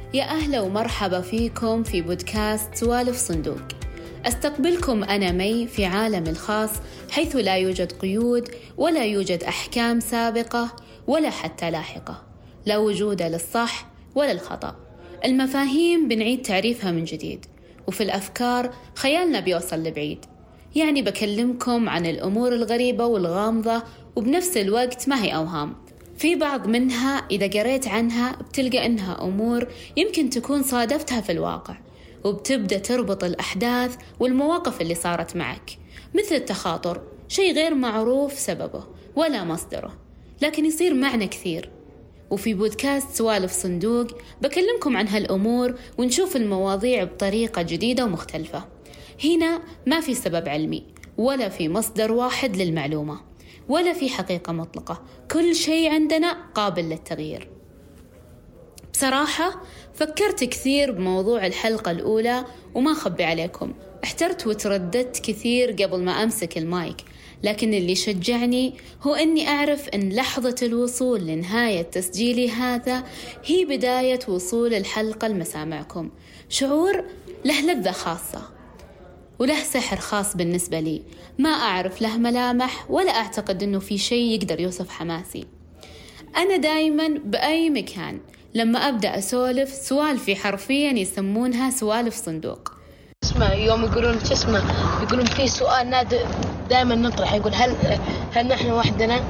يا أهلا ومرحبا فيكم في بودكاست سوالف صندوق. أستقبلكم أنا مي في عالم الخاص، حيث لا يوجد قيود ولا يوجد أحكام سابقة ولا حتى لاحقة، لا وجود للصح ولا الخطأ. المفاهيم بنعيد تعريفها من جديد، وفي الأفكار خيالنا بيوصل لبعيد. يعني بكلمكم عن الأمور الغريبة والغامضة، وبنفس الوقت ما هي أوهام. في بعض منها إذا قريت عنها بتلقى إنها أمور يمكن تكون صادفتها في الواقع، وبتبدأ تربط الأحداث والمواقف اللي صارت معك، مثل التخاطر، شيء غير معروف سببه ولا مصدره، لكن يصير معنا كثير. وفي بودكاست سوالف صندوق بكلمكم عن هالأمور ونشوف المواضيع بطريقة جديدة ومختلفة. هنا ما في سبب علمي، ولا في مصدر واحد للمعلومة، ولا في حقيقة مطلقة. كل شيء عندنا قابل للتغيير. بصراحة فكرت كثير بموضوع الحلقة الأولى، وما أخبي عليكم احترت وترددت كثير قبل ما أمسك المايك، لكن اللي شجعني هو أني أعرف أن لحظة الوصول لنهاية تسجيلي هذا هي بداية وصول الحلقة لمسامعكم. شعور له لذة خاصة وله سحر خاص بالنسبة لي، ما أعرف له ملامح، ولا أعتقد أنه في شيء يقدر يوصف حماسي. أنا دايما بأي مكان لما أبدأ أسولف سوالفي حرفيا يسمونها سوالف صندوق. اسمع، يوم يقولون يقولون في سؤال نادر دائما نطرح، يقول هل نحن وحدنا؟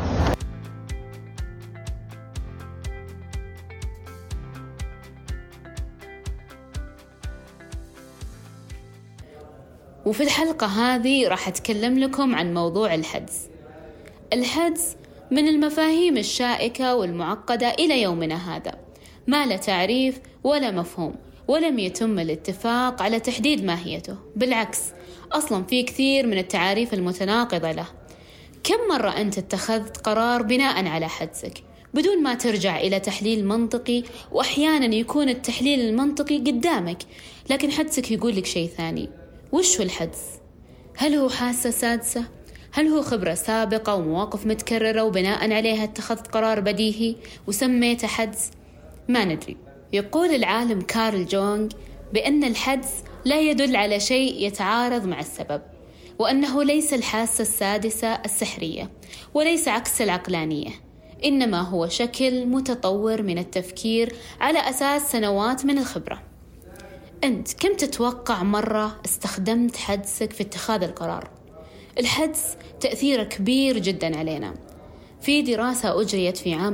وفي الحلقة هذه راح أتكلم لكم عن موضوع الحدس. الحدس من المفاهيم الشائكة والمعقدة إلى يومنا هذا، ما له تعريف ولا مفهوم، ولم يتم الاتفاق على تحديد ماهيته. بالعكس، أصلا في كثير من التعاريف المتناقضة له. كم مرة أنت اتخذت قرار بناء على حدسك بدون ما ترجع إلى تحليل منطقي، وأحيانا يكون التحليل المنطقي قدامك لكن حدسك يقول لك شيء ثاني. وش هو الحدس؟ هل هو حاسة سادسة؟ هل هو خبرة سابقة ومواقف متكررة وبناء عليها اتخذت قرار بديهي وسميته حدس؟ ما ندري. يقول العالم كارل جونغ بأن الحدس لا يدل على شيء يتعارض مع السبب، وأنه ليس الحاسة السادسة السحرية، وليس عكس العقلانية، إنما هو شكل متطور من التفكير على أساس سنوات من الخبرة. أنت كم تتوقع مرة استخدمت حدسك في اتخاذ القرار؟ الحدس تأثيره كبير جدا علينا. في دراسة أجريت في عام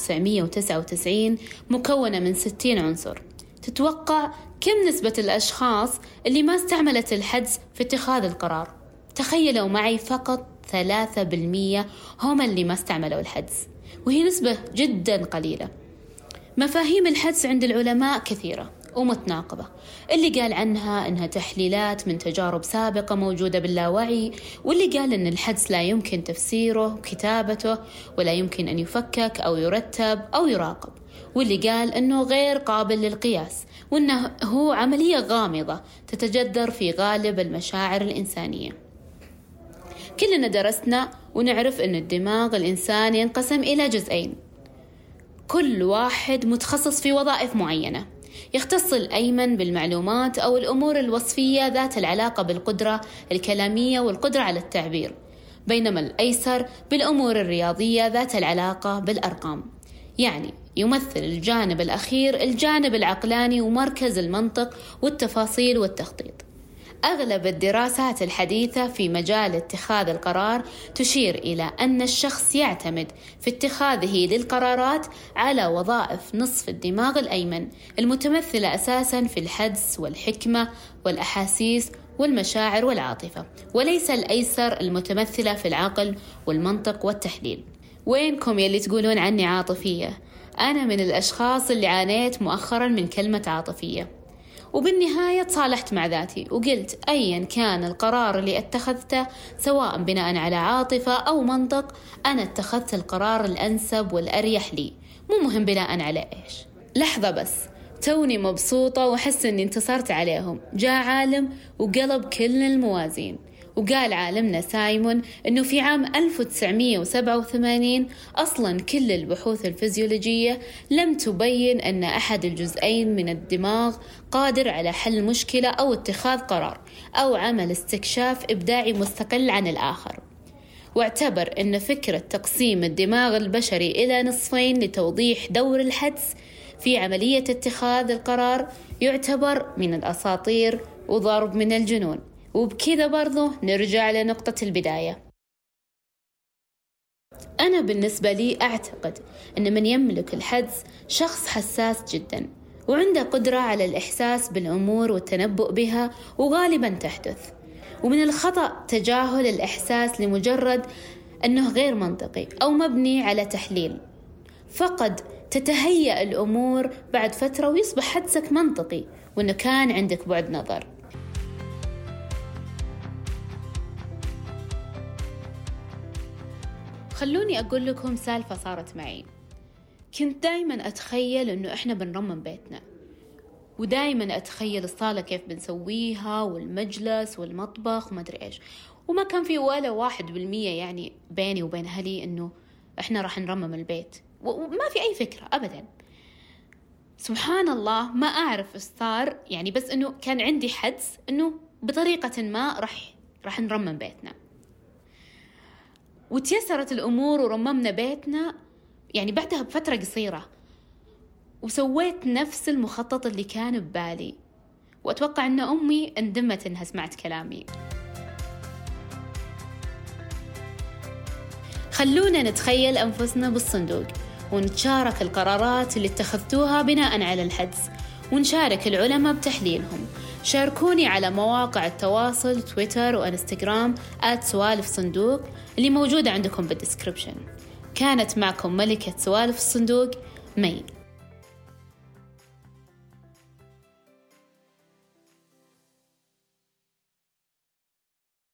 1999 مكونة من 60 عنصر، تتوقع كم نسبة الأشخاص اللي ما استعملت الحدس في اتخاذ القرار؟ تخيلوا معي، فقط 3% هم اللي ما استعملوا الحدس، وهي نسبة جدا قليلة. مفاهيم الحدس عند العلماء كثيرة ومتناقضة. اللي قال عنها إنها تحليلات من تجارب سابقة موجودة باللاوعي، واللي قال إن الحدس لا يمكن تفسيره وكتابته، ولا يمكن أن يفكك أو يرتب أو يراقب، واللي قال إنه غير قابل للقياس، وإنه هو عملية غامضة تتجذر في غالب المشاعر الإنسانية. كلنا درسنا ونعرف إن الدماغ الإنساني ينقسم إلى جزئين، كل واحد متخصص في وظائف معينة. يختص الأيمن بالمعلومات أو الأمور الوصفية ذات العلاقة بالقدرة الكلامية والقدرة على التعبير، بينما الأيسر بالأمور الرياضية ذات العلاقة بالأرقام. يعني يمثل الجانب الأخير الجانب العقلاني ومركز المنطق والتفاصيل والتخطيط. أغلب الدراسات الحديثة في مجال اتخاذ القرار تشير إلى أن الشخص يعتمد في اتخاذه للقرارات على وظائف نصف الدماغ الأيمن، المتمثلة أساساً في الحدس والحكمة والأحاسيس والمشاعر والعاطفة، وليس الأيسر المتمثلة في العقل والمنطق والتحليل. وينكم يلي تقولون عني عاطفية؟ أنا من الأشخاص اللي عانيت مؤخراً من كلمة عاطفية، وبالنهاية تصالحت مع ذاتي وقلت أيا كان القرار اللي اتخذته، سواء بناء على عاطفة أو منطق، أنا اتخذت القرار الأنسب والأريح لي، مو مهم بناء على إيش. لحظة بس، توني مبسوطة وحس أني انتصرت عليهم. جاء عالم وقلب كل الموازين وقال عالمنا سايمون أنه في عام 1987 أصلا كل البحوث الفيزيولوجية لم تبين أن أحد الجزئين من الدماغ قادر على حل مشكلة أو اتخاذ قرار أو عمل استكشاف إبداعي مستقل عن الآخر. واعتبر أن فكرة تقسيم الدماغ البشري إلى نصفين لتوضيح دور الحدس في عملية اتخاذ القرار يعتبر من الأساطير وضرب من الجنون. وبكذا برضو نرجع لنقطة البداية. أنا بالنسبة لي أعتقد أن من يملك الحدس شخص حساس جدا وعنده قدرة على الإحساس بالأمور والتنبؤ بها وغالبا تحدث، ومن الخطأ تجاهل الإحساس لمجرد أنه غير منطقي أو مبني على تحليل. فقد تتهيأ الأمور بعد فترة ويصبح حدسك منطقي وأنه كان عندك بعد نظر. خلوني أقول لكم سالفة صارت معي. كنت دايما أتخيل أنه إحنا بنرمم بيتنا، ودايما أتخيل الصالة كيف بنسويها والمجلس والمطبخ وما أدري إيش، وما كان في ولا 1% يعني بيني وبين أهلي أنه إحنا راح نرمم البيت، وما في أي فكرة أبدا. سبحان الله ما أعرف إيش صار يعني، بس أنه كان عندي حدس أنه بطريقة ما راح نرمم بيتنا، وتيسرت الأمور ورممنا بيتنا يعني بعدها بفترة قصيرة، وسويت نفس المخطط اللي كان ببالي، وأتوقع أن أمي اندمت إنها سمعت كلامي. خلونا نتخيل أنفسنا بالصندوق ونتشارك القرارات اللي اتخذتوها بناء على الحدس، ونشارك العلماء بتحليلهم. شاركوني على مواقع التواصل تويتر وإنستغرام @سوالف صندوق اللي موجودة عندكم بالديسكريبشن. كانت معكم ملكة سوالف الصندوق مي.